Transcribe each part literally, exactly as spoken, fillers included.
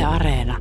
Areena.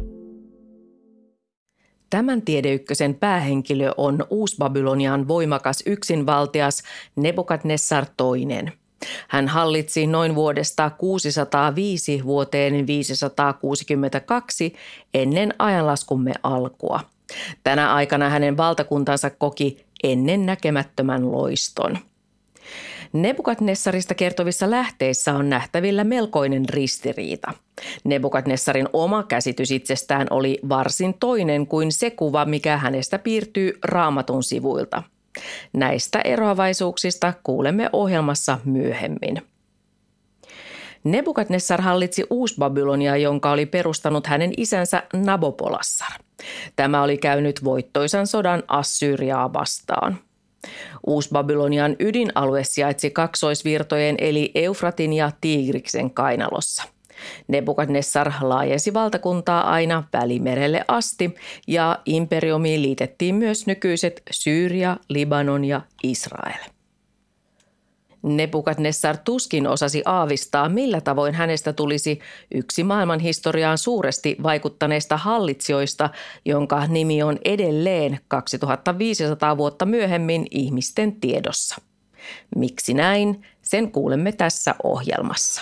Tämän tiedeykkösen päähenkilö on Uus-Babylonian voimakas yksinvaltias Nebukadnessar toinen. Hän hallitsi noin vuodesta kuusisataaviisi vuoteen viisisataakuusikymmentäkaksi ennen ajanlaskumme alkua. Tänä aikana hänen valtakuntansa koki ennennäkemättömän loiston. Nebukadnessarista kertovissa lähteissä on nähtävillä melkoinen ristiriita. Nebukadnessarin oma käsitys itsestään oli varsin toinen kuin se kuva, mikä hänestä piirtyy Raamatun sivuilta. Näistä eroavaisuuksista kuulemme ohjelmassa myöhemmin. Nebukadnessar hallitsi Uus-Babyloniaa, jonka oli perustanut hänen isänsä Nabopolassar. Tämä oli käynyt voittoisan sodan Assyriaa vastaan. Uus-Babylonian ydinalue sijaitsi kaksoisvirtojen eli Eufratin ja Tigriksen kainalossa. Nebukadnessar laajensi valtakuntaa aina Välimerelle asti ja imperiumiin liitettiin myös nykyiset Syyria, Libanon ja Israel. Nebukadnessar tuskin osasi aavistaa, millä tavoin hänestä tulisi yksi maailman historiaan suuresti vaikuttaneista hallitsijoista, jonka nimi on edelleen kaksituhattaviisisataa vuotta myöhemmin ihmisten tiedossa. Miksi näin? Sen kuulemme tässä ohjelmassa.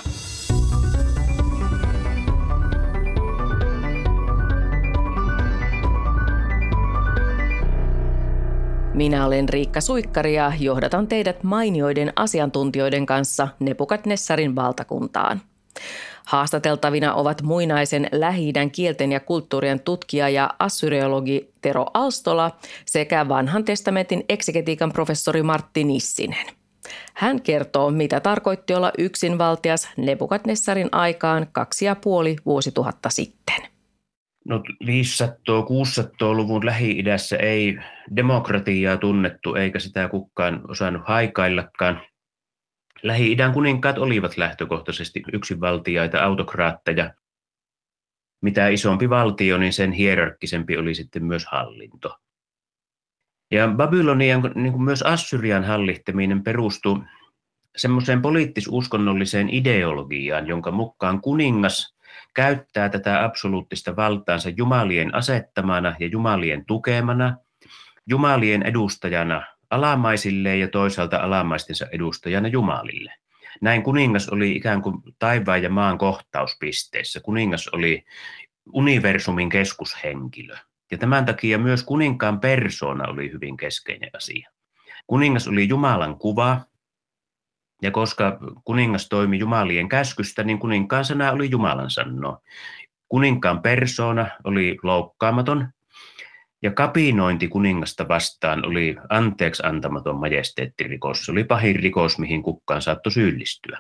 Minä olen Riikka Suikkari ja johdatan teidät mainioiden asiantuntijoiden kanssa Nebukadnessarin valtakuntaan. Haastateltavina ovat muinaisen Lähi-idän kielten ja kulttuurien tutkija ja assyriologi Tero Alstola sekä vanhan testamentin eksegetiikan professori Martti Nissinen. Hän kertoo, mitä tarkoitti olla yksinvaltias Nebukadnessarin aikaan kaksi ja puoli vuosituhatta sitten. No viisisataa-kuusisataaluvun Lähi-idässä ei demokratiaa tunnettu eikä sitä kukaan osannut haikaillakaan. Lähi-idän kuninkaat olivat lähtökohtaisesti yksinvaltiaita autokraatteja. Mitä isompi valtio, niin sen hierarkkisempi oli sitten myös hallinto. Ja Babylonian, niin kuin myös Assyrian hallittaminen perustui semmoiseen poliittis-uskonnolliseen ideologiaan, jonka mukaan kuningas käyttää tätä absoluuttista valtaansa jumalien asettamana ja jumalien tukemana, jumalien edustajana alamaisille ja toisaalta alamaistensa edustajana jumalille. Näin kuningas oli ikään kuin taivaan ja maan kohtauspisteessä. Kuningas oli universumin keskushenkilö. Ja tämän takia myös kuninkaan persoona oli hyvin keskeinen asia. Kuningas oli Jumalan kuva. Ja koska kuningas toimi jumalien käskystä, niin kuninkaan sana oli Jumalan sanoo. Kuninkaan persoona oli loukkaamaton ja kapinointi kuningasta vastaan oli anteeksi antamaton majesteettirikos. Se oli pahin rikos, mihin kukaan saattoi syyllistyä.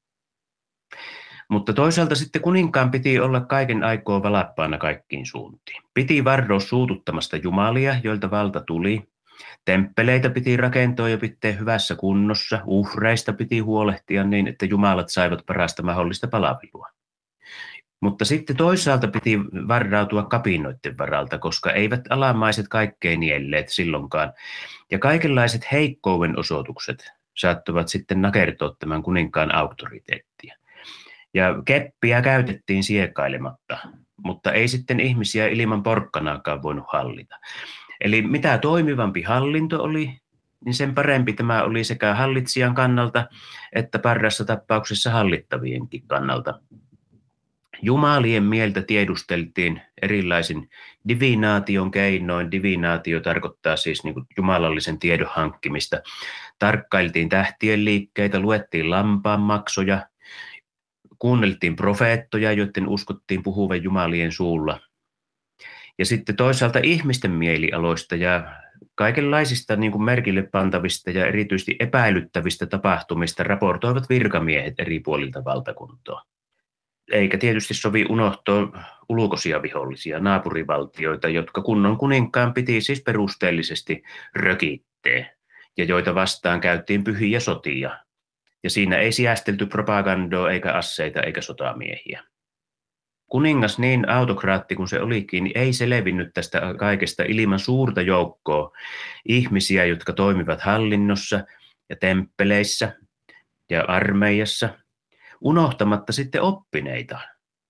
Mutta toisaalta sitten kuninkaan piti olla kaiken aikaa valappaana kaikkiin suuntiin. Piti varoa suututtamasta jumalia, joilta valta tuli. Temppeleitä piti rakentaa ja pitää hyvässä kunnossa, uhreista piti huolehtia niin, että jumalat saivat parasta mahdollista palvelua. Mutta sitten toisaalta piti varautua kapinoiden varalta, koska eivät alamaiset kaikkein nielleet silloinkaan. Ja kaikenlaiset heikkouden osoitukset saattuvat sitten nakertoa tämän kuninkaan auktoriteettia. Ja keppiä käytettiin siekailematta, mutta ei sitten ihmisiä ilman porkkanaakaan voinut hallita. Eli mitä toimivampi hallinto oli, niin sen parempi tämä oli sekä hallitsijan kannalta että parhaassa tapauksessa hallittavienkin kannalta. Jumalien mieltä tiedusteltiin erilaisin divinaation keinoin. Divinaatio tarkoittaa siis niin kuin jumalallisen tiedon hankkimista. Tarkkailtiin tähtien liikkeitä, luettiin lampaanmaksoja, kuunneltiin profeettoja, joiden uskottiin puhuvan jumalien suulla. Ja sitten toisaalta ihmisten mielialoista ja kaikenlaisista niin kuin merkille pantavista ja erityisesti epäilyttävistä tapahtumista raportoivat virkamiehet eri puolilta valtakuntaa. Eikä tietysti sovi unohtaa ulkoisia vihollisia, naapurivaltioita, jotka kunnon kuninkaan piti siis perusteellisesti rökittää ja joita vastaan käytiin pyhiä sotia. Ja siinä ei sijästelty propagandoa eikä asseita eikä sotamiehiä. Kuningas, niin autokraatti kuin se olikin, niin ei selvinnyt tästä kaikesta ilman suurta joukkoa ihmisiä, jotka toimivat hallinnossa ja temppeleissä ja armeijassa, unohtamatta sitten oppineita,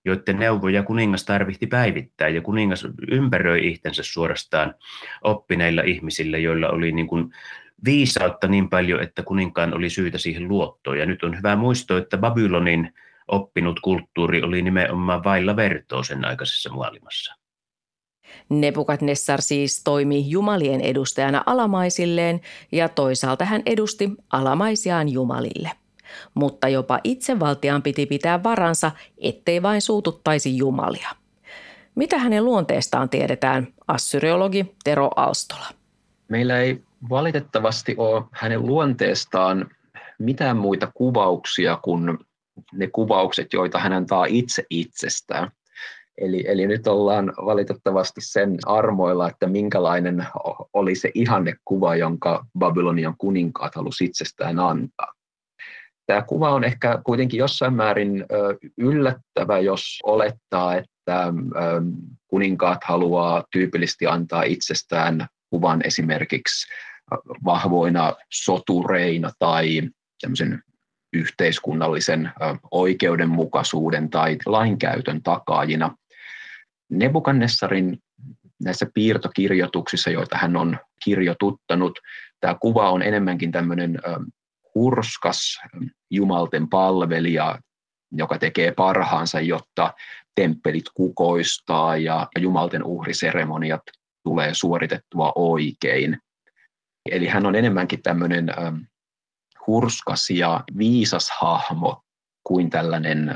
joiden neuvoja kuningas tarvitsi päivittää, ja kuningas ympäröi itsensä suorastaan oppineilla ihmisillä, joilla oli niin kuin viisautta niin paljon, että kuninkaan oli syytä siihen luottoon. Ja nyt on hyvä muistaa, että Babylonin oppinut kulttuuri oli nimenomaan vailla vertoa sen aikaisessa maailmassa. Nebukadnessar siis toimi jumalien edustajana alamaisilleen ja toisaalta hän edusti alamaisiaan jumalille. Mutta jopa itsevaltiaan piti pitää varansa, ettei vain suututtaisi jumalia. Mitä hänen luonteestaan tiedetään, assyriologi Tero Alstola? Meillä ei valitettavasti ole hänen luonteestaan mitään muita kuvauksia kuin ne kuvaukset, joita hän antaa itse itsestään. Eli, eli nyt ollaan valitettavasti sen armoilla, että minkälainen oli se ihannekuva, jonka Babylonian kuninkaat halusi itsestään antaa. Tämä kuva on ehkä kuitenkin jossain määrin yllättävä, jos olettaa, että kuninkaat haluaa tyypillisesti antaa itsestään kuvan esimerkiksi vahvoina sotureina tai tämmöisen yhteiskunnallisen oikeudenmukaisuuden tai lainkäytön takaajina. Nebukadnessarin näissä piirtokirjoituksissa, joita hän on kirjoituttanut, tämä kuva on enemmänkin tämmöinen hurskas jumalten palvelija, joka tekee parhaansa, jotta temppelit kukoistaa ja jumalten uhriseremoniat tulee suoritettua oikein. Eli hän on enemmänkin tämmöinen hurskas ja viisas hahmo kuin tällainen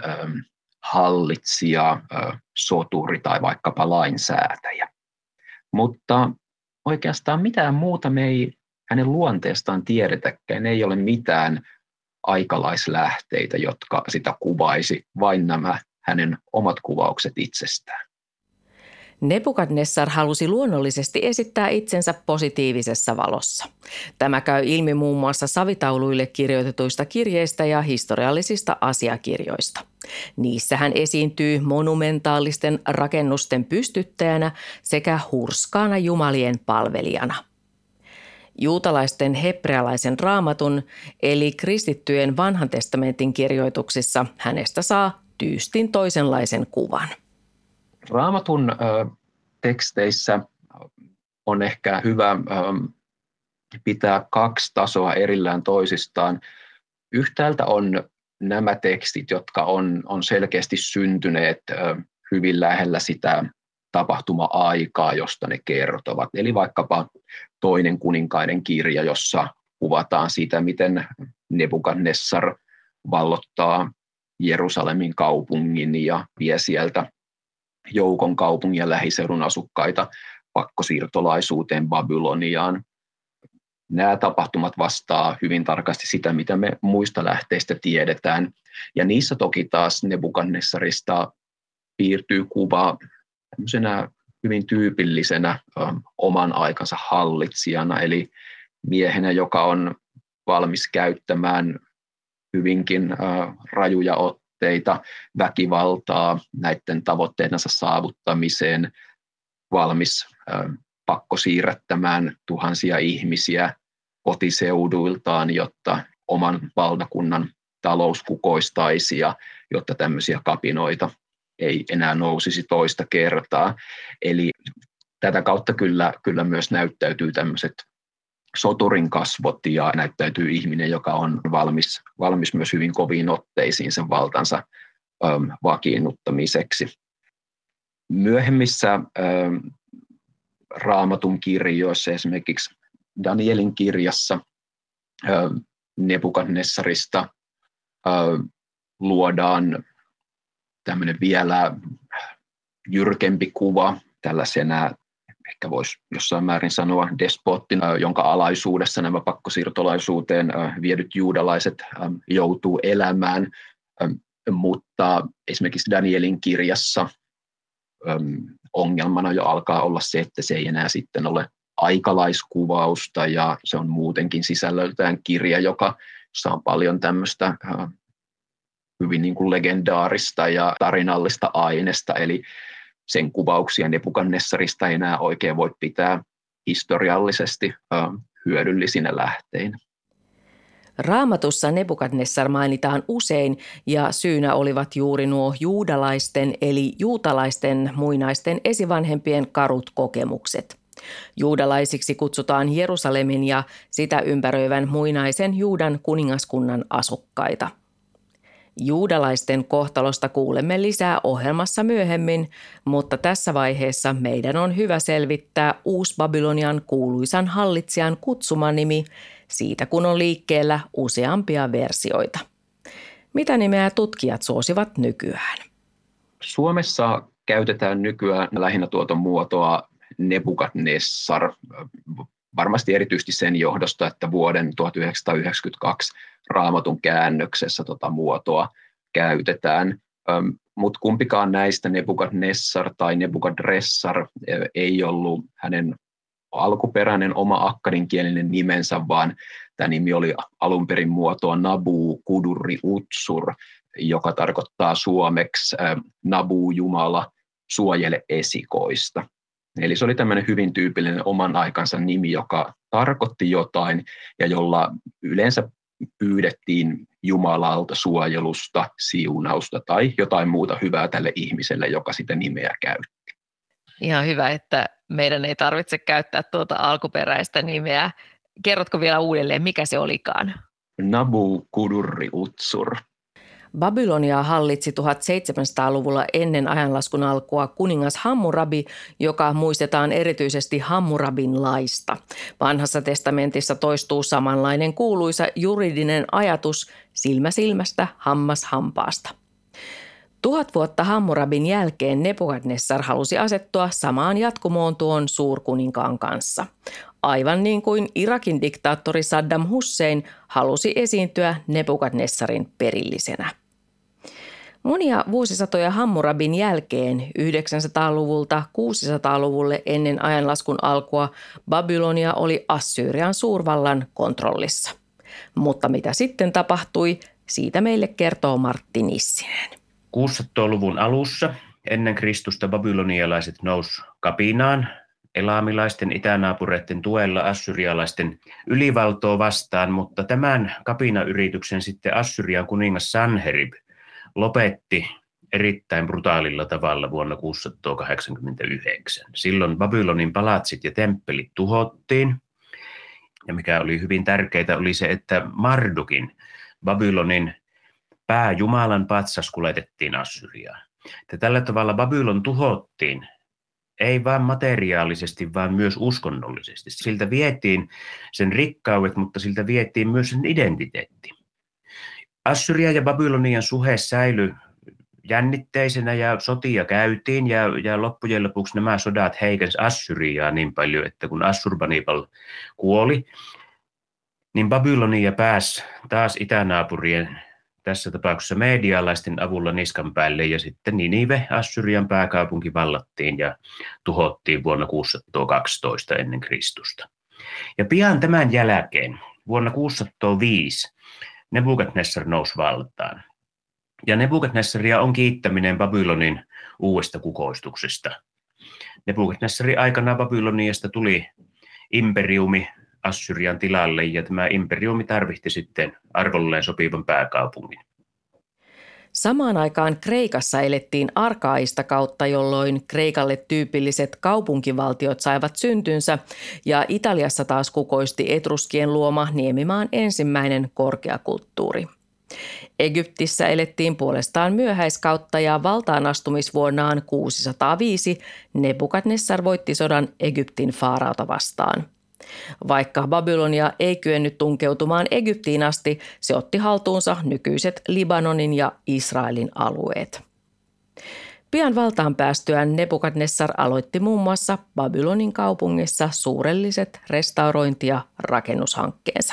hallitsija, soturi tai vaikkapa lainsäätäjä. Mutta oikeastaan mitään muuta me ei hänen luonteestaan tiedetäkään. Ei ole mitään aikalaislähteitä, jotka sitä kuvaisi, vain nämä hänen omat kuvaukset itsestään. Nebukadnessar halusi luonnollisesti esittää itsensä positiivisessa valossa. Tämä käy ilmi muun muassa savitauluille kirjoitetuista kirjeistä ja historiallisista asiakirjoista. Niissä hän esiintyy monumentaalisten rakennusten pystyttäjänä sekä hurskaana jumalien palvelijana. Juutalaisten hebrealaisen raamatun eli kristittyjen vanhan testamentin kirjoituksissa hänestä saa tyystin toisenlaisen kuvan. Raamatun ö, teksteissä on ehkä hyvä ö, pitää kaksi tasoa erillään toisistaan. Yhtäältä on nämä tekstit, jotka on, on selkeästi syntyneet ö, hyvin lähellä sitä tapahtuma-aikaa, josta ne kertovat. Eli vaikkapa toinen kuninkaiden kirja, jossa kuvataan sitä, miten Nebukadnessar vallottaa Jerusalemin kaupungin ja vie sieltä joukon kaupungin ja lähiseudun asukkaita pakkosiirtolaisuuteen Babyloniaan. Nämä tapahtumat vastaa hyvin tarkasti sitä, mitä me muista lähteistä tiedetään. Ja niissä toki taas Nebukadnessarista piirtyy kuva tämmöisenä hyvin tyypillisenä ö, oman aikansa hallitsijana, eli miehenä, joka on valmis käyttämään hyvinkin ö, rajuja otteita, väkivaltaa näiden tavoitteidensa saavuttamiseen, valmis ö, pakkosiirrättämään tuhansia ihmisiä kotiseuduiltaan, jotta oman valtakunnan talous kukoistaisi ja jotta tämmöisiä kapinoita ei enää nousisi toista kertaa. Eli tätä kautta kyllä, kyllä myös näyttäytyy tämmöiset soturin kasvot ja näyttäytyy ihminen, joka on valmis, valmis myös hyvin koviin otteisiin sen valtansa äm, vakiinnuttamiseksi. Myöhemmissä äm, Raamatun kirjoissa, esimerkiksi Danielin kirjassa äm, Nebukadnessarista äm, luodaan tämmöinen vielä jyrkempi kuva tällaisena, ehkä voisi jossain määrin sanoa despottina, jonka alaisuudessa nämä pakkosiirtolaisuuteen viedyt juudalaiset joutuu elämään. Mutta esimerkiksi Danielin kirjassa ongelmana jo alkaa olla se, että se ei enää sitten ole aikalaiskuvausta ja se on muutenkin sisällöltään kirja, joka, jossa on paljon tämmöistä hyvin niin kuin legendaarista ja tarinallista aineesta, eli sen kuvauksia Nebukadnessarista ei enää oikein voi pitää historiallisesti hyödyllisinä lähteinä. Raamatussa Nebukadnessar mainitaan usein ja syynä olivat juuri nuo juudalaisten eli juutalaisten muinaisten esivanhempien karut kokemukset. Juudalaisiksi kutsutaan Jerusalemin ja sitä ympäröivän muinaisen Juudan kuningaskunnan asukkaita. Juudalaisten kohtalosta kuulemme lisää ohjelmassa myöhemmin, mutta tässä vaiheessa meidän on hyvä selvittää Uus-Babylonian kuuluisan hallitsijan kutsumanimi, siitä kun on liikkeellä useampia versioita. Mitä nimeä tutkijat suosivat nykyään? Suomessa käytetään nykyään lähinnä tuota muotoa Nebukadnessar, varmasti erityisesti sen johdosta, että vuoden tuhatyhdeksänsataayhdeksänkymmentäkaksi Raamatun käännöksessä tota muotoa käytetään, mutta kumpikaan näistä Nebukadnessar tai Nebukadressar ei ollut hänen alkuperäinen oma akkadinkielinen nimensä, vaan tämä nimi oli alun perin muotoa Nabu Kudurri Utsur, joka tarkoittaa suomeksi Nabu Jumala, suojele esikoista. Eli se oli tämmöinen hyvin tyypillinen oman aikansa nimi, joka tarkoitti jotain ja jolla yleensä pyydettiin Jumalalta suojelusta, siunausta tai jotain muuta hyvää tälle ihmiselle, joka sitä nimeä käytti. Ihan hyvä, että meidän ei tarvitse käyttää tuota alkuperäistä nimeä. Kerrotko vielä uudelleen, mikä se olikaan? Nabu Kudurri Utsur. Babylonia hallitsi tuhatseitsemänsataaluvulla ennen ajanlaskun alkua kuningas Hammurabi, joka muistetaan erityisesti Hammurabin laista. Vanhassa testamentissa toistuu samanlainen kuuluisa juridinen ajatus silmä silmästä, hammas hampaasta. Tuhat vuotta Hammurabin jälkeen Nebukadnessar halusi asettua samaan jatkumoon tuon suurkuninkaan kanssa. Aivan niin kuin Irakin diktaattori Saddam Hussein halusi esiintyä Nebukadnessarin perillisenä. Monia vuosisatoja Hammurabin jälkeen yhdeksänsataaluvulta kuusisataaluvulle ennen ajanlaskun alkua Babylonia oli Assyrian suurvallan kontrollissa. Mutta mitä sitten tapahtui, siitä meille kertoo Martti Nissinen. kuusisataaluvun alussa ennen Kristusta babylonialaiset nousi kapinaan elaamilaisten itänaapureiden tuella assyrialaisten ylivaltoa vastaan, mutta tämän kapinayrityksen sitten Assyrian kuningas Sanherib lopetti erittäin brutaalilla tavalla vuonna kuusisataakahdeksankymmentäyhdeksän. Silloin Babylonin palatsit ja temppelit tuhottiin, ja mikä oli hyvin tärkeää oli se, että Mardukin, Babylonin pääjumalan patsas, kuljetettiin Assyriaan. Ja tällä tavalla Babylon tuhottiin, ei vain materiaalisesti, vaan myös uskonnollisesti. Siltä vietiin sen rikkaudet, mutta siltä vietiin myös sen identiteetti. Assyria ja Babylonian suhe säilyi jännitteisenä ja sotia käytiin ja, ja loppujen lopuksi nämä sodat heikensi Assyriaa niin paljon, että kun Assurbanipal kuoli, niin Babylonia pääsi taas itänaapurien, tässä tapauksessa medialaisten avulla niskan päälle, ja sitten Ninive, Assyrian pääkaupunki, vallattiin ja tuhottiin vuonna kuusisataakaksitoista ennen Kristusta. Ja pian tämän jälkeen, vuonna kuusisataaviisi, Nebukadnessar nousi valtaan. Ja Nebukadnessaria on kiittäminen Babylonin uudesta kukoistuksesta. Nebukadnessarin aikana Babyloniasta tuli imperiumi Assyrian tilalle, ja tämä imperiumi tarvitsi sitten arvolleen sopivan pääkaupungin. Samaan aikaan Kreikassa elettiin arkaaista kautta, jolloin Kreikalle tyypilliset kaupunkivaltiot saivat syntynsä, ja Italiassa taas kukoisti etruskien luoma niemimaan ensimmäinen korkeakulttuuri. Egyptissä elettiin puolestaan myöhäiskautta, ja valtaanastumisvuonnaan kuusisataaviisi Nebukadnessar voitti sodan Egyptin faaraota vastaan. Vaikka Babylonia ei kyennyt tunkeutumaan Egyptiin asti, se otti haltuunsa nykyiset Libanonin ja Israelin alueet. Pian valtaan päästyään Nebukadnessar aloitti muun muassa Babylonin kaupungissa suurelliset restaurointi- ja rakennushankkeensa.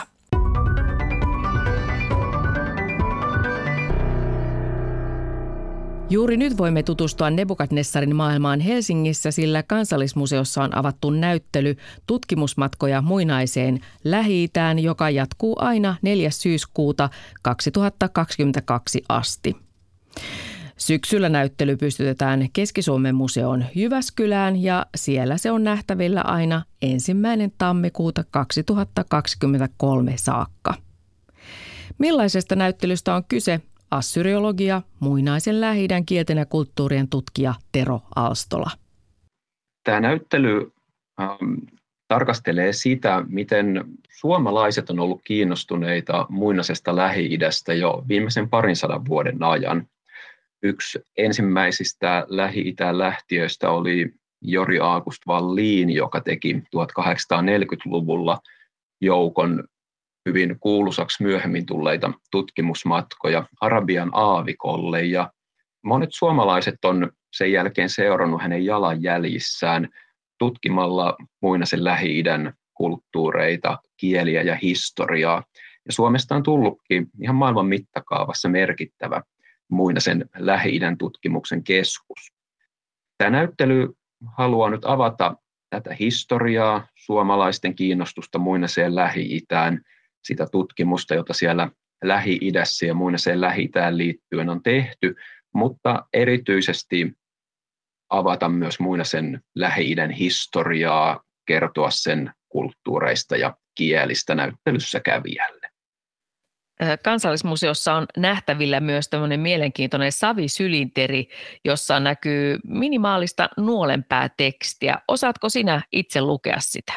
Juuri nyt voimme tutustua Nebukadnessarin maailmaan Helsingissä, sillä Kansallismuseossa on avattu näyttely Tutkimusmatkoja muinaiseen Lähi-itään, joka jatkuu aina neljäs syyskuuta kaksituhattakaksikymmentäkaksi asti. Syksyllä näyttely pystytetään Keski-Suomen museon Jyväskylään, ja siellä se on nähtävillä aina ensimmäinen tammikuuta kaksituhattakaksikymmentäkolme saakka. Millaisesta näyttelystä on kyse? Assyriologia, muinaisen Lähi-idän kielten ja kulttuurien tutkija Tero Alstola. Tämä näyttely ähm, tarkastelee sitä, miten suomalaiset on ollut kiinnostuneita muinaisesta Lähi-idästä jo viimeisen parin sadan vuoden ajan. Yksi ensimmäisistä Lähi-itään lähtiöistä oli Jori August Wallin, joka teki tuhatkahdeksansataaneljäkymmentäluvulla joukon hyvin kuuluisaksi myöhemmin tulleita tutkimusmatkoja Arabian aavikolle. Ja monet suomalaiset on sen jälkeen seurannut hänen jalanjäljissään tutkimalla muinaisen Lähi-idän kulttuureita, kieliä ja historiaa. Ja Suomesta on tullutkin ihan maailman mittakaavassa merkittävä muinaisen Lähi-idän tutkimuksen keskus. Tämä näyttely haluaa nyt avata tätä historiaa, suomalaisten kiinnostusta muinaiseen Lähi-itään, sitä tutkimusta, jota siellä Lähi-idässä ja muinaiseen Lähi-itään liittyen on tehty, mutta erityisesti avata myös muinaisen Lähi-idän historiaa, kertoa sen kulttuureista ja kielistä näyttelyssä kävijälle. Kansallismuseossa on nähtävillä myös tämmöinen mielenkiintoinen savisylinteri, jossa näkyy minimaalista nuolenpäätekstiä. Osaatko sinä itse lukea sitä?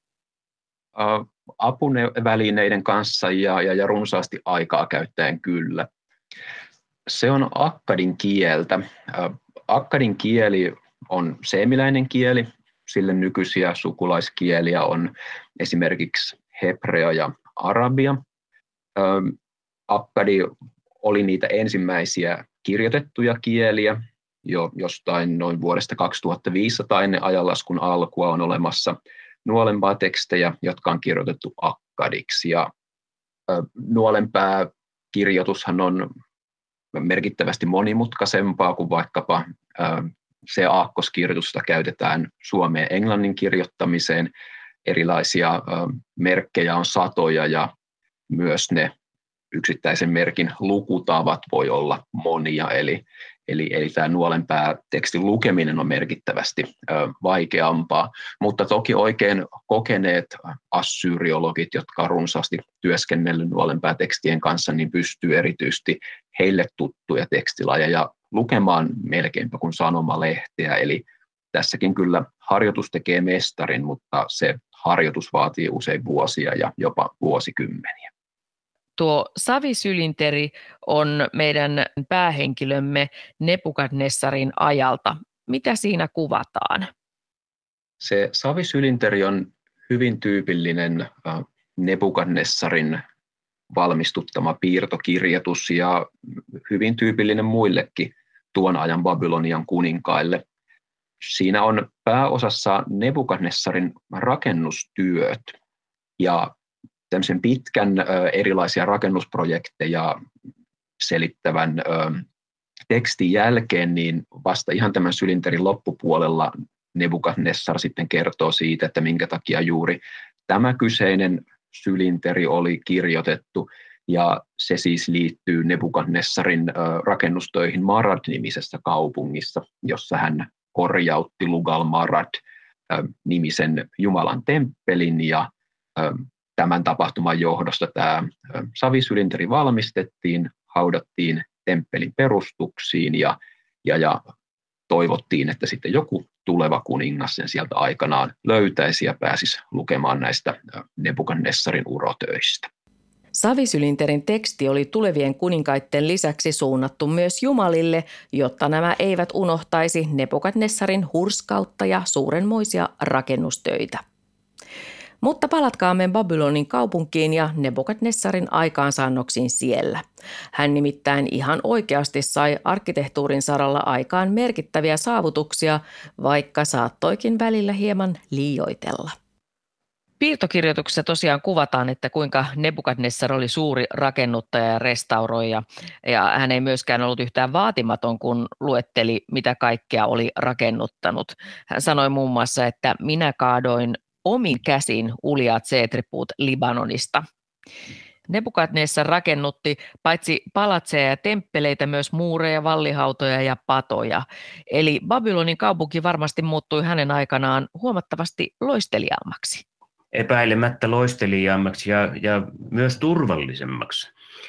Apuvälineiden kanssa ja, ja, ja runsaasti aikaa käyttäen kyllä. Se on akkadin kieltä. Akkadin kieli on seemiläinen kieli, sille nykyisiä sukulaiskieliä on esimerkiksi hebrea ja arabia. Akkadi oli niitä ensimmäisiä kirjoitettuja kieliä, jo jostain noin vuodesta kaksituhattaviisisataa ennen ajanlaskun alkua on olemassa nuolenpää tekstejä, jotka on kirjoitettu akkadiksi. Ja nuolenpääkirjoitushan on merkittävästi monimutkaisempaa kuin vaikkapa se aakkoskirjoitusta käytetään suomen ja englannin kirjoittamiseen. Erilaisia merkkejä on satoja ja myös ne yksittäisen merkin lukutavat voi olla monia, eli, eli, eli tämä nuolenpäätekstin lukeminen on merkittävästi ö, vaikeampaa, mutta toki oikein kokeneet assyriologit, jotka on runsaasti työskennellyt nuolenpäätekstien kanssa, niin pystyy erityisesti heille tuttuja tekstilajeja lukemaan melkeinpä kuin sanomalehteä, eli tässäkin kyllä harjoitus tekee mestarin, mutta se harjoitus vaatii usein vuosia ja jopa vuosikymmeniä. Tuo savisylinteri on meidän päähenkilömme Nebukadnessarin ajalta. Mitä siinä kuvataan? Se savisylinteri on hyvin tyypillinen Nebukadnessarin valmistuttama piirtokirjoitus ja hyvin tyypillinen muillekin tuon ajan Babylonian kuninkaille. Siinä on pääosassa Nebukadnessarin rakennustyöt ja tämmöisen pitkän ö, erilaisia rakennusprojekteja selittävän ö, tekstin jälkeen, niin vasta ihan tämän sylinterin loppupuolella Nebukadnessar sitten kertoo siitä, että minkä takia juuri tämä kyseinen sylinteri oli kirjoitettu, ja se siis liittyy Nebukadnessarin ö, rakennustöihin Marad-nimisessä kaupungissa, jossa hän korjautti Lugal Marad ö, nimisen Jumalan temppelin, ja ö, tämän tapahtuman johdosta tämä savisylinteri valmistettiin, haudattiin temppelin perustuksiin ja, ja, ja toivottiin, että sitten joku tuleva kuningas sen sieltä aikanaan löytäisi ja pääsisi lukemaan näistä Nebukadnessarin urotöistä. Savisylinterin teksti oli tulevien kuninkaiden lisäksi suunnattu myös jumalille, jotta nämä eivät unohtaisi Nebukadnessarin hurskautta ja suurenmoisia rakennustöitä. Mutta palatkaamme Babylonin kaupunkiin ja Nebukadnessarin aikaansaannoksiin siellä. Hän nimittäin ihan oikeasti sai arkkitehtuurin saralla aikaan merkittäviä saavutuksia, vaikka saattoikin välillä hieman liioitella. Piirtokirjoituksessa tosiaan kuvataan, että kuinka Nebukadnessar oli suuri rakennuttaja ja restauroija, ja hän ei myöskään ollut yhtään vaatimaton, kun luetteli, mitä kaikkea oli rakennuttanut. Hän sanoi muun muassa, että minä kaadoin omin käsin uljaat seetripuut Libanonista. Nebukadnessar rakennutti paitsi palatseja ja temppeleitä myös muureja, vallihautoja ja patoja. Eli Babylonin kaupunki varmasti muuttui hänen aikanaan huomattavasti loisteliaammaksi. Epäilemättä loisteliaammaksi ja, ja myös turvallisemmaksi.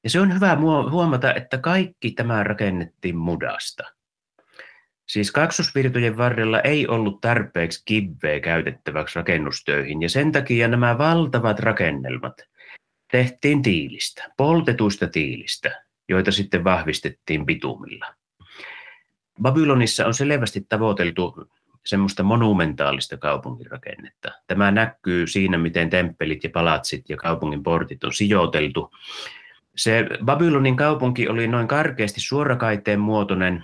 Ja se on hyvä huomata, että kaikki tämä rakennettiin mudasta. Siis kaksosvirtojen varrella ei ollut tarpeeksi kiveä käytettäväksi rakennustöihin, ja sen takia nämä valtavat rakennelmat tehtiin tiilistä, poltetuista tiilistä, joita sitten vahvistettiin bitumilla. Babylonissa on selvästi tavoiteltu semmoista monumentaalista kaupunginrakennetta. Tämä näkyy siinä, miten temppelit ja palatsit ja kaupungin portit on sijoiteltu. Se Babylonin kaupunki oli noin karkeasti suorakaiteen muotoinen.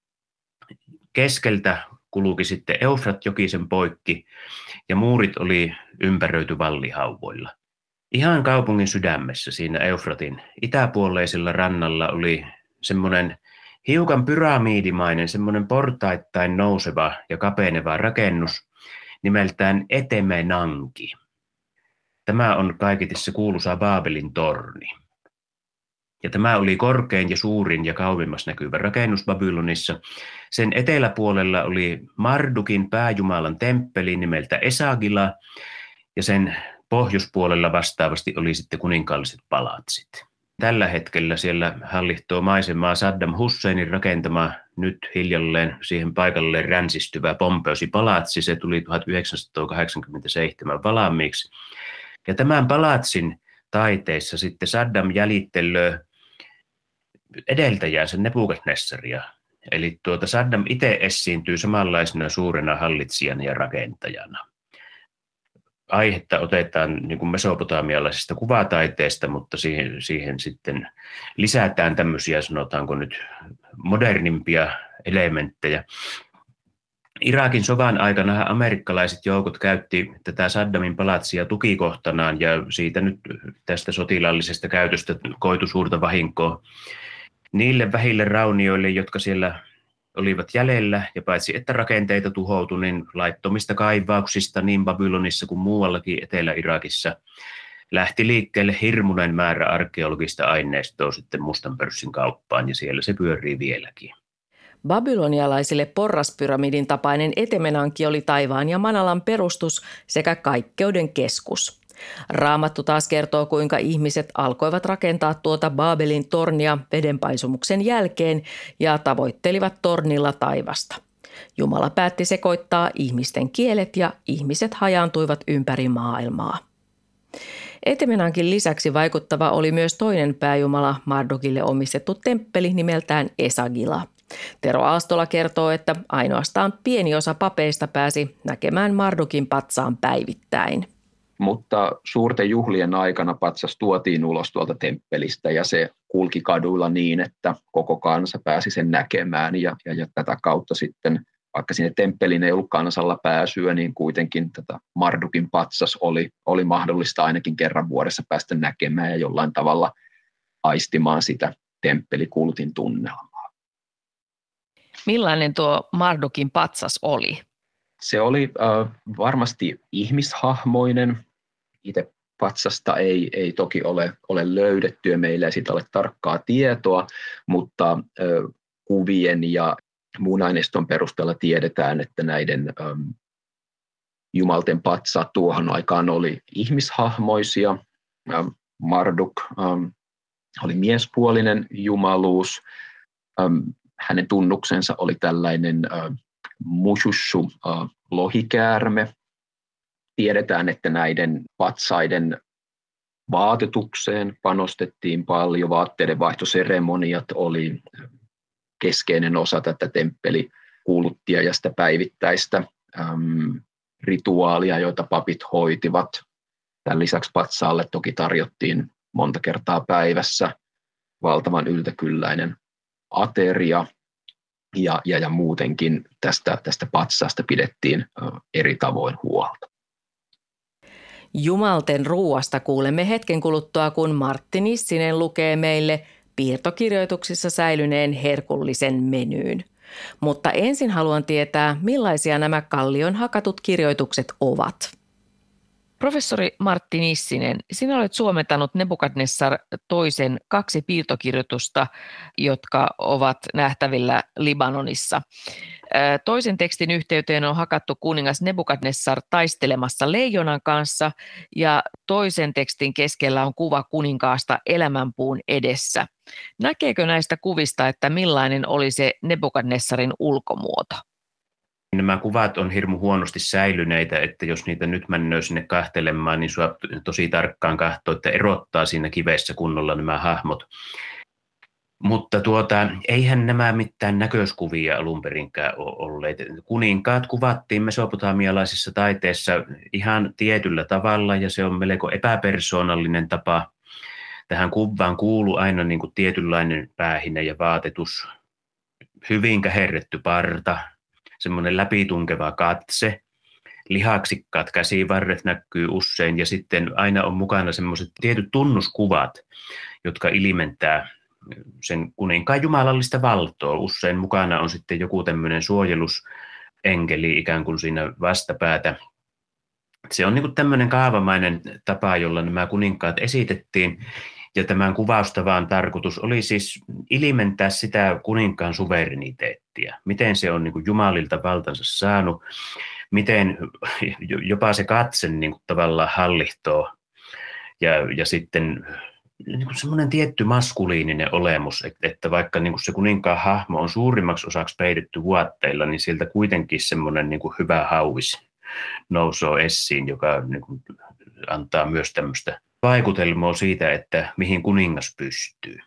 Keskeltä kulki sitten Eufrat-jokisen poikki ja muurit oli ympäröity vallihauvoilla. Ihan kaupungin sydämessä siinä Eufratin itäpuoleisella rannalla oli semmoinen hiukan pyramiidimainen, semmoinen portaittain nouseva ja kapeneva rakennus nimeltään Etemenanki. Tämä on kaiketi se kuuluisa Baabelin torni. Ja tämä oli korkein ja suurin ja kauimmas näkyvä rakennus Babylonissa. Sen eteläpuolella oli Mardukin pääjumalan temppeli nimeltä Esagila, ja sen pohjoispuolella vastaavasti oli sitten kuninkaalliset palatsit. Tällä hetkellä siellä hallihtoo maisemaa Saddam Husseinin rakentama, nyt hiljalleen siihen paikalleen ränsistyvä Pompeusi palatsi. Se tuli tuhatyhdeksänsataakahdeksankymmentäseitsemän valmiiksi. Ja tämän palatsin taiteissa sitten Saddam jäljittelee edeltäjäänsä Nebukadnessaria. Eli tuota Saddam itse esiintyy samanlaisena suurena hallitsijana ja rakentajana. Aihetta otetaan niin kuin mesopotamialaisesta kuvataiteesta, mutta siihen, siihen sitten lisätään tämmöisiä, sanotaanko nyt, modernimpia elementtejä. Irakin sodan aikana amerikkalaiset joukot käytti tätä Saddamin palatsia tukikohtanaan, ja siitä nyt tästä sotilaallisesta käytöstä koitu suurta vahinkoa niille vähille raunioille, jotka siellä olivat jäljellä, ja paitsi että rakenteita tuhoutui, niin laittomista kaivauksista niin Babylonissa kuin muuallakin Etelä-Irakissa lähti liikkeelle hirmuinen määrä arkeologista aineistoa sitten mustan pörssin kauppaan, ja siellä se pyörii vieläkin. Babylonialaisille porraspyramidin tapainen Etemenanki oli taivaan ja manalan perustus sekä kaikkeuden keskus. Raamattu taas kertoo, kuinka ihmiset alkoivat rakentaa tuota Baabelin tornia vedenpaisumuksen jälkeen ja tavoittelivat tornilla taivasta. Jumala päätti sekoittaa ihmisten kielet ja ihmiset hajaantuivat ympäri maailmaa. Etemenankin lisäksi vaikuttava oli myös toinen pääjumala Mardukille omistettu temppeli nimeltään Esagila. Tero Aalstola kertoo, että ainoastaan pieni osa papeista pääsi näkemään Mardukin patsaan päivittäin. Mutta suurten juhlien aikana patsas tuotiin ulos tuolta temppelistä ja se kulki kaduilla niin, että koko kansa pääsi sen näkemään. Ja, ja, ja tätä kautta sitten, vaikka sinne temppeliin ei ollut kansalla pääsyä, niin kuitenkin tätä Mardukin patsas oli, oli mahdollista ainakin kerran vuodessa päästä näkemään ja jollain tavalla aistimaan sitä temppelikultin tunnelmaa. Millainen tuo Mardukin patsas oli? Se oli äh, varmasti ihmishahmoinen. Itse patsasta ei, ei toki ole, ole löydetty ja meillä ei siitä ole tarkkaa tietoa, mutta äh, kuvien ja muun aineiston perusteella tiedetään, että näiden ähm, jumalten patsaat tuohon aikaan oli ihmishahmoisia. Ähm, Marduk ähm, oli miespuolinen jumaluus. Ähm, hänen tunnuksensa oli tällainen äh, mushushu, äh, lohikäärme. Tiedetään, että näiden patsaiden vaatetukseen panostettiin paljon. Vaatteiden vaihtoseremoniat oli keskeinen osa tätä temppelikulttia ja sitä päivittäistä äm, rituaalia, joita papit hoitivat. Tämän lisäksi patsaalle toki tarjottiin monta kertaa päivässä valtavan yltäkylläinen ateria. Ja, ja, ja muutenkin tästä, tästä patsaasta pidettiin eri tavoin huolta. Jumalten ruuasta kuulemme hetken kuluttua, kun Martti Nissinen lukee meille piirtokirjoituksissa säilyneen herkullisen menyyn. Mutta ensin haluan tietää, millaisia nämä kallion hakatut kirjoitukset ovat. Professori Martti Nissinen, sinä olet suomentanut Nebukadnessar toisen kaksi piirtokirjoitusta, jotka ovat nähtävillä Libanonissa. Toisen tekstin yhteyteen on hakattu kuningas Nebukadnessar taistelemassa leijonan kanssa ja toisen tekstin keskellä on kuva kuninkaasta elämänpuun edessä. Näkeekö näistä kuvista, että millainen oli se Nebukadnessarin ulkomuoto? Nämä kuvat on hirmu huonosti säilyneitä, että jos niitä nyt mennään sinne kahtelemaan, niin sua tosi tarkkaan kahtoo, että erottaa siinä kivessä kunnolla nämä hahmot. Mutta tuota, eihän nämä mitään näköiskuvia alun perinkään ole olleet. Kuninkaat kuvattiin mesopotamialaisessa taiteessa ihan tietyllä tavalla ja se on melko epäpersoonallinen tapa. Tähän kuvaan kuuluu aina niin kuin tietynlainen päähine ja vaatetus, hyvin käherretty parta, semmoinen läpitunkeva katse, lihaksikkaat käsivarret näkyy usein ja sitten aina on mukana semmoiset tietyt tunnuskuvat, jotka ilmentää sen kuninkaan jumalallista valtoa. Usein mukana on sitten joku tämmöinen suojelusenkeli ikään kuin siinä vastapäätä. Se on niin kuin tämmöinen kaavamainen tapa, jolla nämä kuninkaat esitettiin. Ja tämän kuvaustavan tarkoitus oli siis ilmentää sitä kuninkaan suvereniteettia. Miten se on niin kuin jumalilta valtansa saanut, miten jopa se katse niin kuin tavallaan hallihtoo ja, ja sitten niin kuin semmoinen tietty maskuliininen olemus, että vaikka niin kuin se kuninkaan hahmo on suurimmaksi osaksi peitetty vaatteilla, niin sieltä kuitenkin semmoinen niin kuin hyvä hauvis nousee esiin, joka niin kuin antaa myös tämmöistä vaikutelmaa siitä, että mihin kuningas pystyy.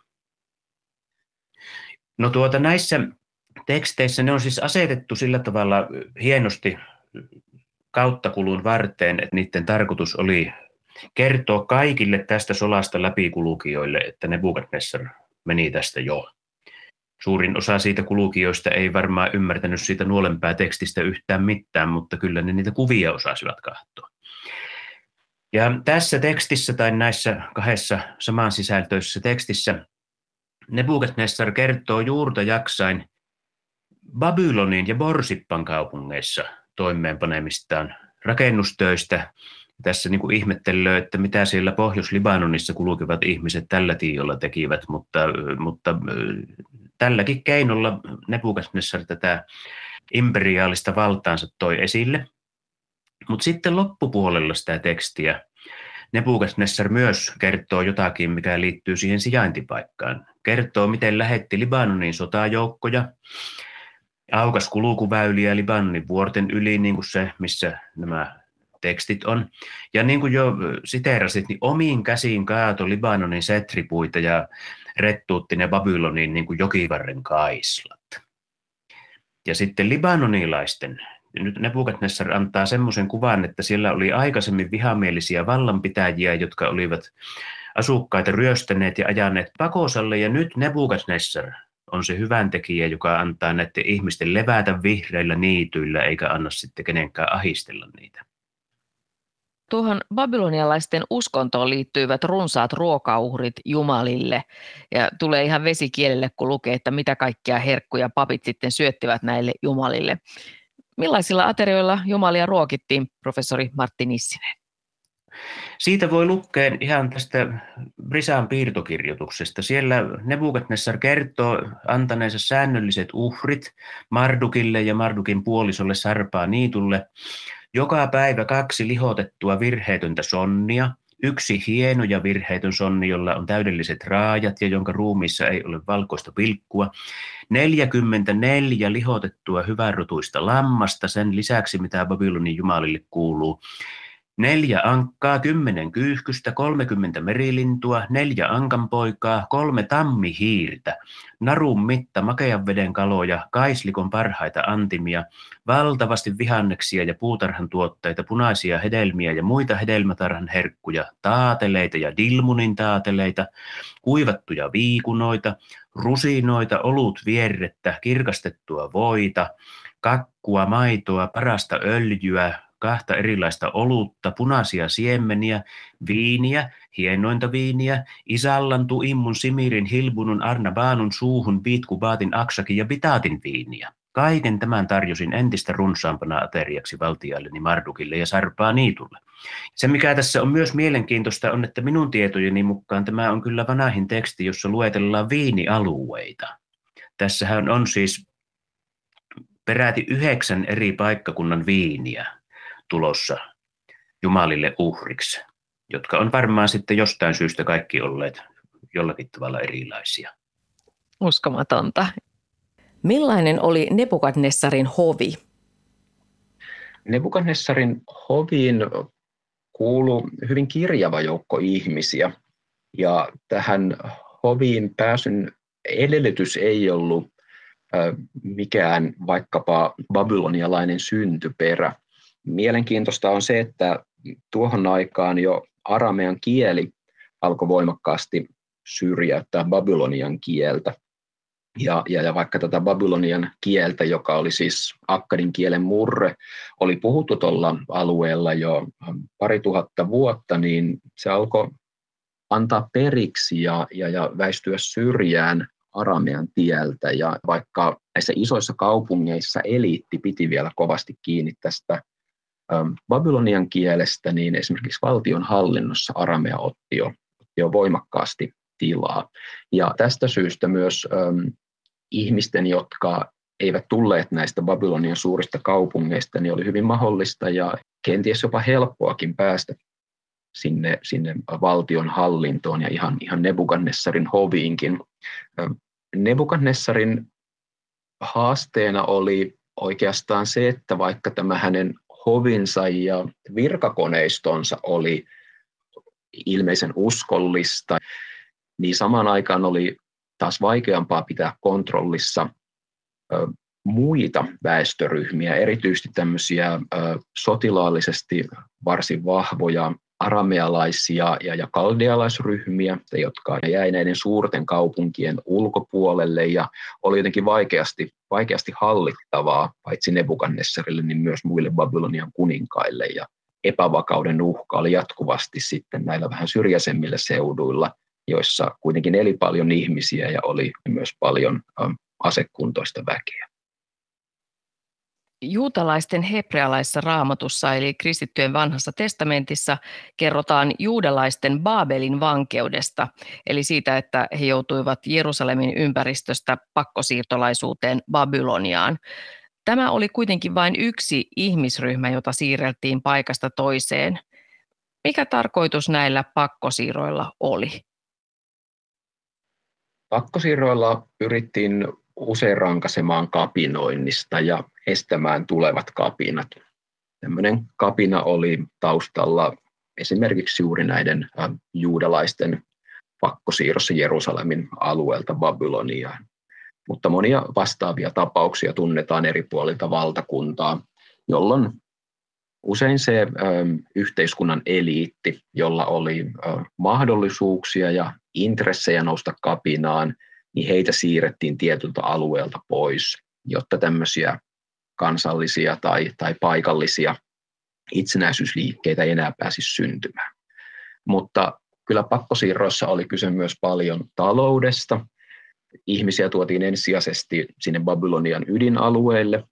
No tuota näissä teksteissä ne on siis asetettu sillä tavalla hienosti kauttakulun varteen, että niiden tarkoitus oli kertoa kaikille tästä solasta läpikulkijoille, että Nebukadnessar meni tästä jo. Suurin osa siitä kulkijoista ei varmaan ymmärtänyt siitä nuolenpää tekstistä yhtään mitään, mutta kyllä ne niitä kuvia osasivat katsoa. Ja tässä tekstissä tai näissä kahdessa samansisältöisessä tekstissä Nebukadnessar kertoo juurta jaksain Babylonin ja Borsippan kaupungeissa toimeenpanemistaan rakennustöistä. Tässä niin kuin ihmettelee, että mitä siellä Pohjois-Libanonissa kulkevat ihmiset tällä tiiolla tekivät, mutta, mutta tälläkin keinolla Nebukadnessar tätä imperiaalista valtaansa toi esille. Mutta sitten loppupuolella sitä tekstiä Nebukadnessar myös kertoo jotakin, mikä liittyy siihen sijaintipaikkaan. Kertoo, miten lähetti Libanonin sotajoukkoja, aukas kulkuväyliä Libanonin vuorten yli, niin kuin se, missä nämä tekstit on. Ja niin kuin jo siteerasit, niin omiin käsiin kaato Libanonin setripuita ja rettuutti ne Babyloniin niin kuin jokivarren kaislat. Ja sitten libanonilaisten, nyt Nebukadnessar antaa semmoisen kuvan, että siellä oli aikaisemmin vihamielisiä vallanpitäjiä, jotka olivat asukkaita ryöstäneet ja ajaneet pakosalle, ja nyt Nebukadnessar on se hyväntekijä, joka antaa näiden ihmisten levätä vihreillä niityillä, eikä anna sitten kenenkään ahistella niitä. Tuohon babylonialaisten uskontoon liittyivät runsaat ruokauhrit jumalille, ja tulee ihan vesikielelle, kun lukee, että mitä kaikkia herkkuja papit sitten syöttivät näille jumalille. Millaisilla aterioilla jumalia ruokittiin, professori Martti Nissinen? Siitä voi lukea ihan tästä Brisan piirtokirjoituksesta. Siellä Nebukadnessar kertoo antaneensa säännölliset uhrit Mardukille ja Mardukin puolisolle Sarpaa niitulle. Joka päivä kaksi lihotettua virheetöntä sonnia, yksi hieno ja virheetön sonni, jolla on täydelliset raajat ja jonka ruumiissa ei ole valkoista pilkkua, neljäkymmentäneljä lihotettua hyvänrotuista lammasta, sen lisäksi mitä Babylonin jumalille kuuluu, neljä ankkaa, kymmenen kyyhkystä, kolmekymmentä merilintua, neljä ankanpoikaa, kolme tammihiirtä, narun mitta makean veden kaloja, kaislikon parhaita antimia, valtavasti vihanneksia ja puutarhan tuotteita, punaisia hedelmiä ja muita hedelmätarhan herkkuja, taateleita ja dilmunin taateleita, kuivattuja viikunoita, rusinoita, olut vierrettä, kirkastettua voita, kakkua, maitoa, parasta öljyä, kahta erilaista olutta, punaisia siemeniä, viiniä, hienointa viiniä, Isallan, Tuimmun, Simirin, Hilbunun, Arnabaanun, Suuhun, Biitkubaatin, Aksakin ja Bitaatin viiniä. Kaiken tämän tarjosin entistä runsaampana ateriaksi valtiaalleni Mardukille ja Sarpaa Niitulle. Se, mikä tässä on myös mielenkiintoista, on, että minun tietojeni mukaan tämä on kyllä vanhin teksti, jossa luetellaan viinialueita. Tässähän on siis peräti yhdeksän eri paikkakunnan viiniä tulossa jumalille uhriksi, jotka on varmaan sitten jostain syystä kaikki olleet jollakin tavalla erilaisia. Uskomatonta. Millainen oli Nebukadnessarin hovi? Nebukadnessarin hoviin kuului hyvin kirjava joukko ihmisiä, ja tähän hoviin pääsyn edellytys ei ollut mikään vaikkapa babylonialainen syntyperä. Mielenkiintoista on se, että tuohon aikaan jo aramean kieli alkoi voimakkaasti syrjäyttää babylonian kieltä. Ja, ja, ja vaikka tätä babylonian kieltä, joka oli siis akkadin kielen murre, oli puhuttu tuolla alueella jo pari tuhatta vuotta, niin se alkoi antaa periksi ja, ja, ja väistyä syrjään aramean tieltä. Ja vaikka näissä isoissa kaupungeissa eliitti piti vielä kovasti kiinni tästä ähm, babylonian kielestä, niin esimerkiksi valtion hallinnossa aramea otti jo, otti jo voimakkaasti tilaa. Ja tästä syystä myös ähm, ihmisten, jotka eivät tulleet näistä Babylonian suurista kaupungeista, niin oli hyvin mahdollista ja kenties jopa helppoakin päästä sinne, sinne valtion hallintoon ja ihan, ihan Nebukadnessarin hoviinkin. Nebukadnessarin haasteena oli oikeastaan se, että vaikka tämä hänen hovinsa ja virkakoneistonsa oli ilmeisen uskollista, niin samaan aikaan oli taas vaikeampaa pitää kontrollissa ö, muita väestöryhmiä, erityisesti tämmöisiä ö, sotilaallisesti varsin vahvoja aramealaisia ja, ja kaldealaisryhmiä, jotka jäi näiden suurten kaupunkien ulkopuolelle ja oli jotenkin vaikeasti, vaikeasti hallittavaa paitsi Nebukadnessarille, niin myös muille Babylonian kuninkaille. Ja epävakauden uhka oli jatkuvasti sitten näillä vähän syrjäisemmillä seuduilla, joissa kuitenkin eli paljon ihmisiä ja oli myös paljon asekuntoista väkeä. Juutalaisten hebrealaisessa raamatussa eli kristittyjen vanhassa testamentissa kerrotaan juudalaisten Baabelin vankeudesta, eli siitä, että he joutuivat Jerusalemin ympäristöstä pakkosiirtolaisuuteen Babyloniaan. Tämä oli kuitenkin vain yksi ihmisryhmä, jota siirreltiin paikasta toiseen. Mikä tarkoitus näillä pakkosiirroilla oli? Pakkosiirroilla pyrittiin usein rankaisemaan kapinoinnista ja estämään tulevat kapinat. Tämmöinen kapina oli taustalla esimerkiksi juuri näiden juudalaisten pakkosiirrossa Jerusalemin alueelta Babyloniaan. Mutta monia vastaavia tapauksia tunnetaan eri puolilta valtakuntaa, jolloin usein se ö, yhteiskunnan eliitti, jolla oli ö, mahdollisuuksia ja intressejä nousta kapinaan, niin heitä siirrettiin tietyltä alueelta pois, jotta tämmöisiä kansallisia tai, tai paikallisia itsenäisyysliikkeitä ei enää pääsisi syntymään. Mutta kyllä pakkosiirroissa oli kyse myös paljon taloudesta. Ihmisiä tuotiin ensisijaisesti sinne Babylonian ydinalueille,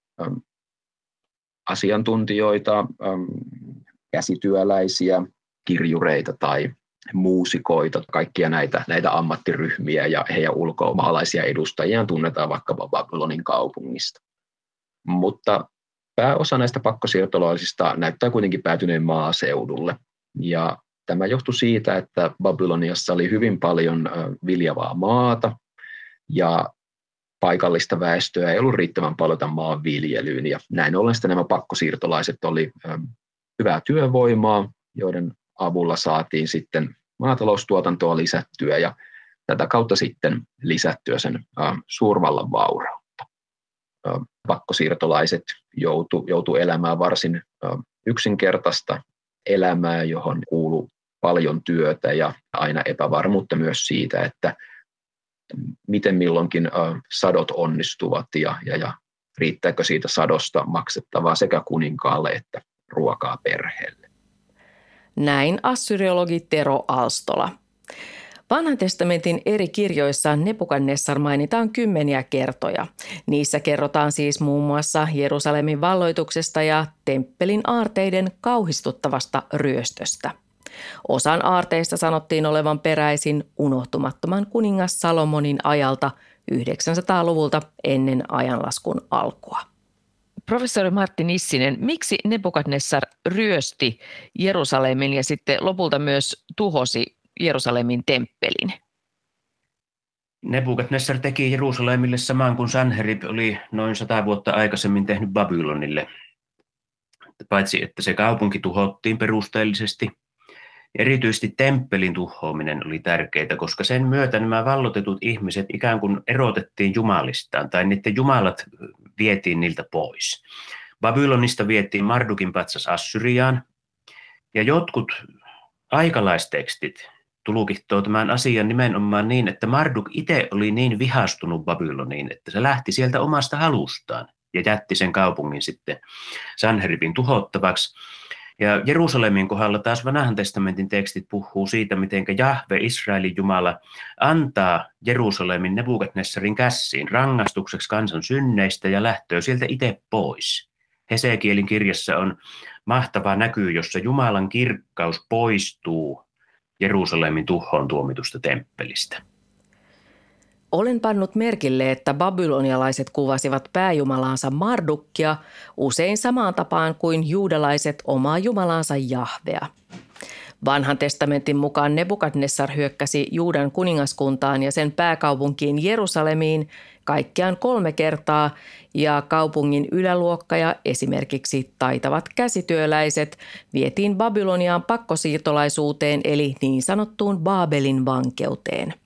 asiantuntijoita, käsityöläisiä, kirjureita tai muusikoita, kaikkia näitä, näitä ammattiryhmiä ja heidän ulkomaalaisia edustajia tunnetaan vaikkapa Babylonin kaupungista. Mutta pääosa näistä pakkosiirtolaisista näyttää kuitenkin päätyneen maaseudulle. Ja tämä johtui siitä, että Babyloniassa oli hyvin paljon viljavaa maata ja paikallista väestöä ei ollut riittävän paljon tämän maanviljelyyn. Ja näin ollen sitten nämä pakkosiirtolaiset oli hyvää työvoimaa, joiden avulla saatiin sitten maataloustuotantoa lisättyä ja tätä kautta sitten lisättyä sen suurvallan vaurautta. Pakkosiirtolaiset joutu, joutu elämään varsin yksinkertaista elämää, johon kuului paljon työtä ja aina epävarmuutta myös siitä, että miten milloinkin sadot onnistuvat ja, ja, ja riittääkö siitä sadosta maksettavaa sekä kuninkaalle että ruokaa perheelle. Näin assyriologi Tero Alstola. Vanhan testamentin eri kirjoissa Nebukadnessar mainitaan kymmeniä kertoja. Niissä kerrotaan siis muun muassa Jerusalemin valloituksesta ja temppelin aarteiden kauhistuttavasta ryöstöstä. Osan aarteista sanottiin olevan peräisin unohtumattoman kuningas Salomonin ajalta yhdeksänsataaluvulta ennen ajanlaskun alkua. Professori Martti Nissinen, miksi Nebukadnessar ryösti Jerusalemin ja sitten lopulta myös tuhosi Jerusalemin temppelin? Nebukadnessar teki Jerusalemille samaan kuin Sanherib oli noin sata vuotta aikaisemmin tehnyt Babylonille. Paitsi että se kaupunki tuhottiin perusteellisesti, erityisesti temppelin tuhoaminen oli tärkeää, koska sen myötä nämä vallotetut ihmiset ikään kuin erotettiin jumalistaan tai niiden jumalat vietiin niiltä pois. Babylonista vietiin Mardukin patsas Assyriaan ja jotkut aikalaistekstit tulkittoo tämän asian nimenomaan niin, että Marduk itse oli niin vihastunut Babyloniin, että se lähti sieltä omasta halustaan ja jätti sen kaupungin sitten Sanheribin tuhottavaksi. Ja Jerusalemin kohdalla taas vanhan testamentin tekstit puhuu siitä, miten Jahve, Israelin Jumala, antaa Jerusalemin Nebukadnessarin käsiin rangaistukseksi kansan synneistä ja lähtöö sieltä itse pois. Hesekielin kirjassa on mahtava näky, jossa Jumalan kirkkaus poistuu Jerusalemin tuhoon tuomitusta temppelistä. Olen pannut merkille, että babylonialaiset kuvasivat pääjumalaansa Mardukkia usein samaan tapaan kuin juudalaiset omaa jumalaansa Jahvea. Vanhan testamentin mukaan Nebukadnessar hyökkäsi Juudan kuningaskuntaan ja sen pääkaupunkiin Jerusalemiin kaikkiaan kolme kertaa, ja kaupungin yläluokka ja esimerkiksi taitavat käsityöläiset vietiin Babyloniaan pakkosiirtolaisuuteen eli niin sanottuun Baabelin vankeuteen.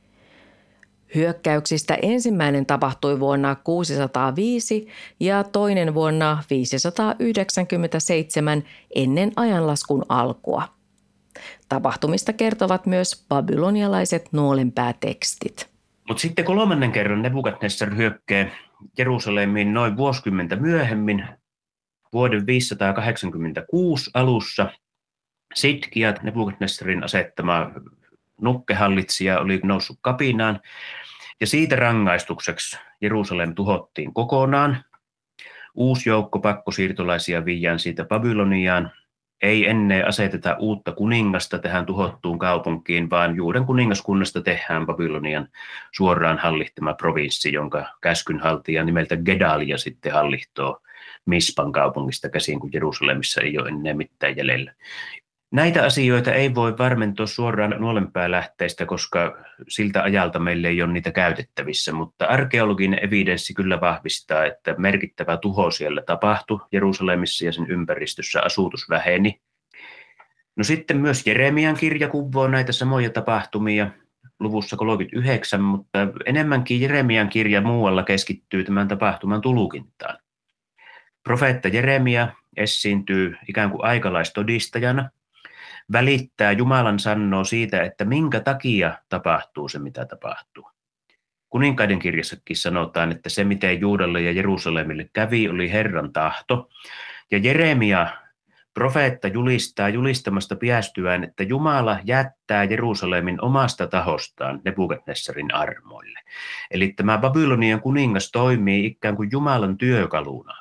Hyökkäyksistä ensimmäinen tapahtui vuonna kuusisataaviisi ja toinen vuonna viisisataayhdeksänkymmentäseitsemän ennen ajanlaskun alkua. Tapahtumista kertovat myös babylonialaiset nuolenpäätekstit. Mutta sitten kolmannen kerran Nebukadnessar hyökkää Jerusalemiin noin vuosikymmentä myöhemmin, vuoden viisisataakahdeksankymmentäkuusi alussa. Sidkiat, Nebukadnessarin asettama nukkehallitsija, oli noussut kapinaan ja siitä rangaistukseksi Jerusalem tuhottiin kokonaan. Uusi joukko pakkosiirtolaisia viiään siitä Babyloniaan. Ei ennen aseteta uutta kuningasta tähän tuhottuun kaupunkiin, vaan Juudan kuningaskunnasta tehdään Babylonian suoraan hallittama provinssi, jonka käskynhaltija nimeltä Gedalia sitten hallihtoo Mispan kaupungista käsin, kun Jerusalemissa ei ole enää mitään jäljellä. Näitä asioita ei voi varmentua suoraan nuolenpäälähteistä, koska siltä ajalta meillä ei ole niitä käytettävissä, mutta arkeologinen evidenssi kyllä vahvistaa, että merkittävä tuho siellä tapahtui Jerusalemissa ja sen ympäristössä, asutus väheni. No sitten myös Jeremian kirja kuvaa näitä samoja tapahtumia luvussa kolmekymmentäyhdeksän, mutta enemmänkin Jeremian kirja muualla keskittyy tämän tapahtuman tulkintaan. Profeetta Jeremia esiintyy ikään kuin aikalaistodistajana, välittää Jumalan sanoo siitä, että minkä takia tapahtuu se, mitä tapahtuu. Kuninkaiden kirjassakin sanotaan, että se, miten Juudalle ja Jerusalemille kävi, oli Herran tahto. Ja Jeremia, profeetta, julistaa julistamasta piästyään, että Jumala jättää Jerusalemin omasta tahostaan Nebukadnessarin armoille. Eli tämä Babylonian kuningas toimii ikään kuin Jumalan työkaluna.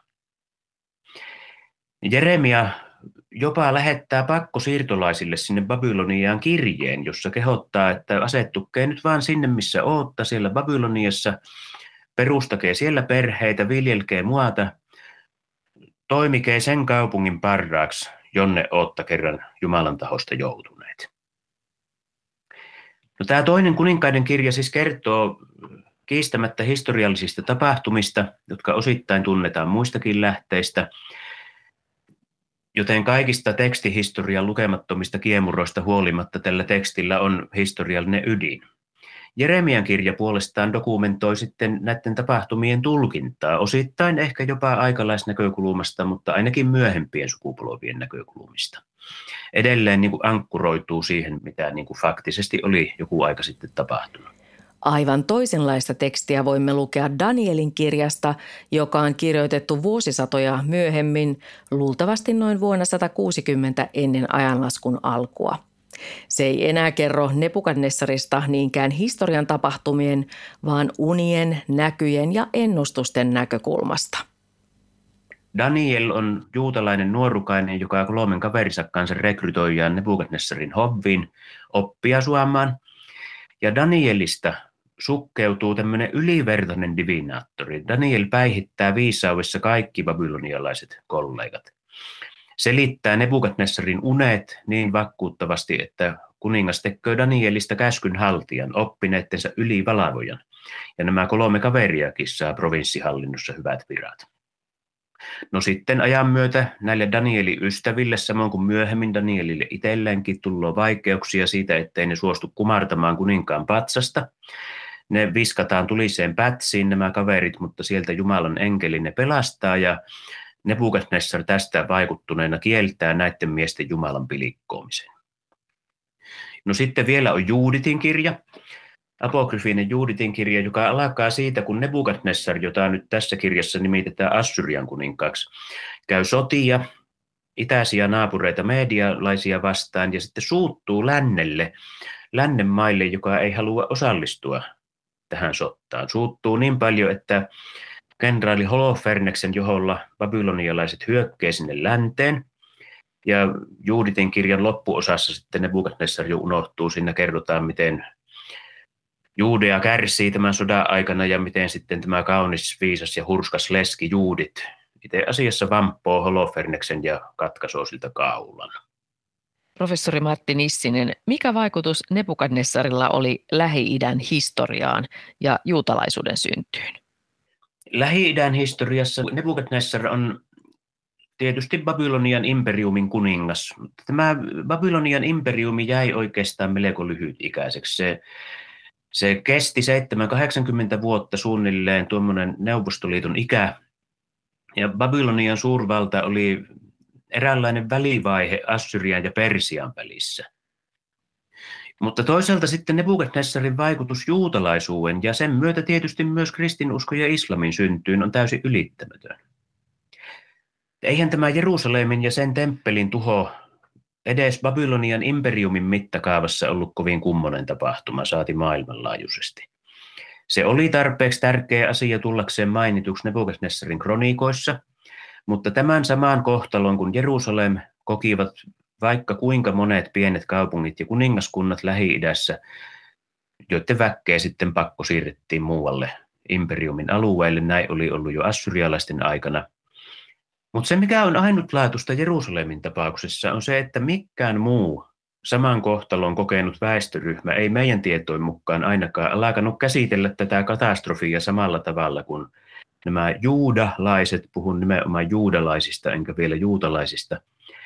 Jeremia jopa lähettää pakkosiirtolaisille sinne Babyloniaan kirjeen, jossa kehottaa, että asettukee nyt vaan sinne, missä ootta, siellä Babyloniassa, perustakee siellä perheitä, viljelkee muata, toimikee sen kaupungin parraaksi, jonne ootta kerran Jumalan tahosta joutuneet. No, tämä toinen kuninkaiden kirja siis kertoo kiistämättä historiallisista tapahtumista, jotka osittain tunnetaan muistakin lähteistä, joten kaikista tekstihistorian lukemattomista kiemuroista huolimatta tällä tekstillä on historiallinen ydin. Jeremian kirja puolestaan dokumentoi sitten näiden tapahtumien tulkintaa, osittain ehkä jopa aikalaisnäkökulmasta, mutta ainakin myöhempien sukupolvien näkökulmista. Edelleen niin kuin ankkuroituu siihen, mitä niin kuin faktisesti oli joku aika sitten tapahtunut. Aivan toisenlaista tekstiä voimme lukea Danielin kirjasta, joka on kirjoitettu vuosisatoja myöhemmin, luultavasti noin vuonna sata kuusikymmentä ennen ajanlaskun alkua. Se ei enää kerro Nebukadnessarista niinkään historian tapahtumien, vaan unien, näkyjen ja ennustusten näkökulmasta. Daniel on juutalainen nuorukainen, joka kolmen kaverinsa kanssa rekrytoijaan Nebukadnessarin hovviin oppia suomaan. Ja Danielista sukkeutuu tämmöinen ylivertainen divinaattori. Daniel päihittää viisaudessa kaikki babylonialaiset kollegat. Selittää Nebukadnessarin unet niin vakuuttavasti, että kuningas tekee Danielista käskyn haltijan, oppineettensa ylivalavojan. Ja nämä kolme kaveriakin saa provinssihallinnossa hyvät virat. No sitten ajan myötä näille Danielin ystäville, samoin kuin myöhemmin Danielille itselleenkin, tullut vaikeuksia siitä, ettei ne suostu kumartamaan kuninkaan patsasta. Ne viskataan tuliseen pätsiin nämä kaverit, mutta sieltä Jumalan enkeli ne pelastaa ja Nebukadnessar tästä vaikuttuneena kieltää näiden miesten Jumalan pilikkoomisen. No sitten vielä on Juuditin kirja, apokryfinen Juuditin kirja, joka alkaa siitä, kun Nebukadnessar, jota nyt tässä kirjassa nimitetään Assyrian kuninkaaksi, käy sotia itäisiä naapureita medialaisia vastaan ja sitten suuttuu lännelle, lännen maille, joka ei halua osallistua tähän sottaan. Suuttuu niin paljon, että kenraali Holoferneksen johdolla babylonialaiset hyökkää sinne länteen. Ja Juuditin kirjan loppuosassa sitten Nebukadnessar jo unohtuu. Siinä kerrotaan, miten Juudea kärsii tämän sodan aikana ja miten sitten tämä kaunis, viisas ja hurskas leski Juudit itse asiassa vamppoo Holoferneksen ja katkaisoo siltä kaulan. Professori Matti Nissinen, mikä vaikutus Nebukadnessarilla oli Lähi-idän historiaan ja juutalaisuuden syntyyn? Lähi-idän historiassa Nebukadnessar on tietysti Babylonian imperiumin kuningas. Tämä Babylonian imperiumi jäi oikeastaan melko lyhytikäiseksi. Se, se kesti seitsemänkymmentä kahdeksankymmentä vuotta suunnilleen, tuommoinen Neuvostoliiton ikä. Ja Babylonian suurvalta oli eräänlainen välivaihe Assyrian ja Persian välissä. Mutta toisaalta sitten Nebukadnessarin vaikutus juutalaisuuden ja sen myötä tietysti myös kristinuskon ja islamin syntyyn on täysin ylittämätön. Eihän tämä Jerusalemin ja sen temppelin tuho edes Babylonian imperiumin mittakaavassa ollut kovin kummonen tapahtuma, saati maailmanlaajuisesti. Se oli tarpeeksi tärkeä asia tullakseen mainituksi Nebukadnessarin kroniikoissa, mutta tämän saman kohtalon kun Jerusalem kokivat vaikka kuinka monet pienet kaupungit ja kuningaskunnat Lähi-idässä, joiden väkkeä sitten pakko siirrettiin muualle imperiumin alueelle, näin oli ollut jo assyrialaisten aikana. Mutta se, mikä on ainutlaatuista Jerusalemin tapauksessa, on se, että mikään muu saman kohtalon kokenut väestöryhmä ei meidän tietojen mukaan ainakaan alkanut käsitellä tätä katastrofia samalla tavalla kuin nämä juudalaiset, puhun nimenomaan juudalaisista enkä vielä juutalaisista,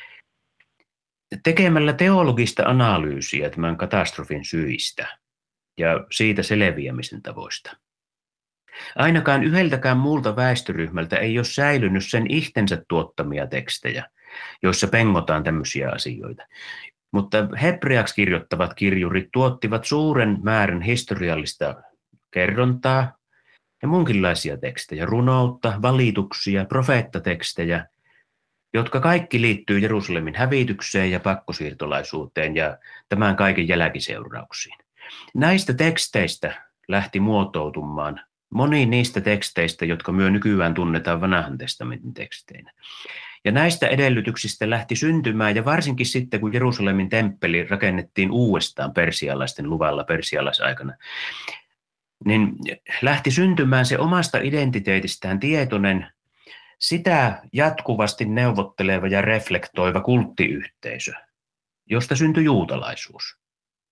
tekemällä teologista analyysiä tämän katastrofin syistä ja siitä selviämisen tavoista. Ainakaan yhdeltäkään muulta väestöryhmältä ei ole säilynyt sen itsensä tuottamia tekstejä, joissa pengotaan tämmöisiä asioita. Mutta hebreaksi kirjoittavat kirjurit tuottivat suuren määrän historiallista kerrontaa ja muunkinlaisia tekstejä, runoutta, valituksia, profeettatekstejä, jotka kaikki liittyy Jerusalemin hävitykseen ja pakkosiirtolaisuuteen ja tämän kaiken jälkiseurauksiin. Näistä teksteistä lähti muotoutumaan moni niistä teksteistä, jotka myö nykyään tunnetaan vanhan testamentin teksteinä. Ja näistä edellytyksistä lähti syntymään, ja varsinkin sitten, kun Jerusalemin temppeli rakennettiin uudestaan persialaisten luvalla persialaisaikana, niin lähti syntymään se omasta identiteetistään tietoinen, sitä jatkuvasti neuvotteleva ja reflektoiva kulttiyhteisö, josta syntyi juutalaisuus.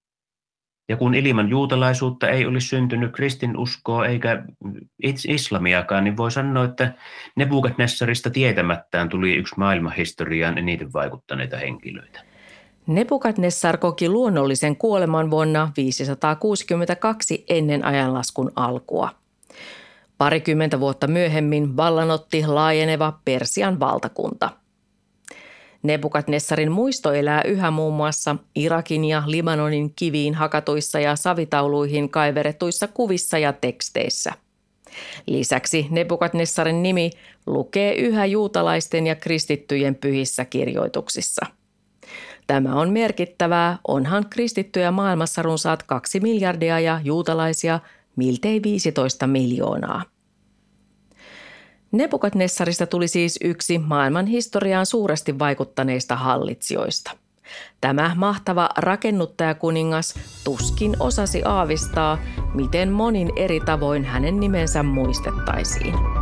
Ja kun ilman juutalaisuutta ei olisi syntynyt kristinuskoa eikä islamiakaan, niin voi sanoa, että Nebukadnessarista tietämättään tuli yksi maailmanhistoriaan eniten vaikuttaneita henkilöitä. Nebukadnessar koki luonnollisen kuoleman vuonna viisisataakuusikymmentäkaksi ennen ajanlaskun alkua. Parikymmentä vuotta myöhemmin vallanotti laajeneva Persian valtakunta. Nebukadnessarin muisto elää yhä muun muassa Irakin ja Libanonin kiviin hakatuissa ja savitauluihin kaiveretuissa kuvissa ja teksteissä. Lisäksi Nebukadnessarin nimi lukee yhä juutalaisten ja kristittyjen pyhissä kirjoituksissa. Tämä on merkittävää, onhan kristittyjä maailmassa runsaat kaksi miljardia ja juutalaisia miltei viisitoista miljoonaa. Nebukadnessarista tuli siis yksi maailman historiaan suuresti vaikuttaneista hallitsijoista. Tämä mahtava rakennuttajakuningas tuskin osasi aavistaa, miten monin eri tavoin hänen nimensä muistettaisiin.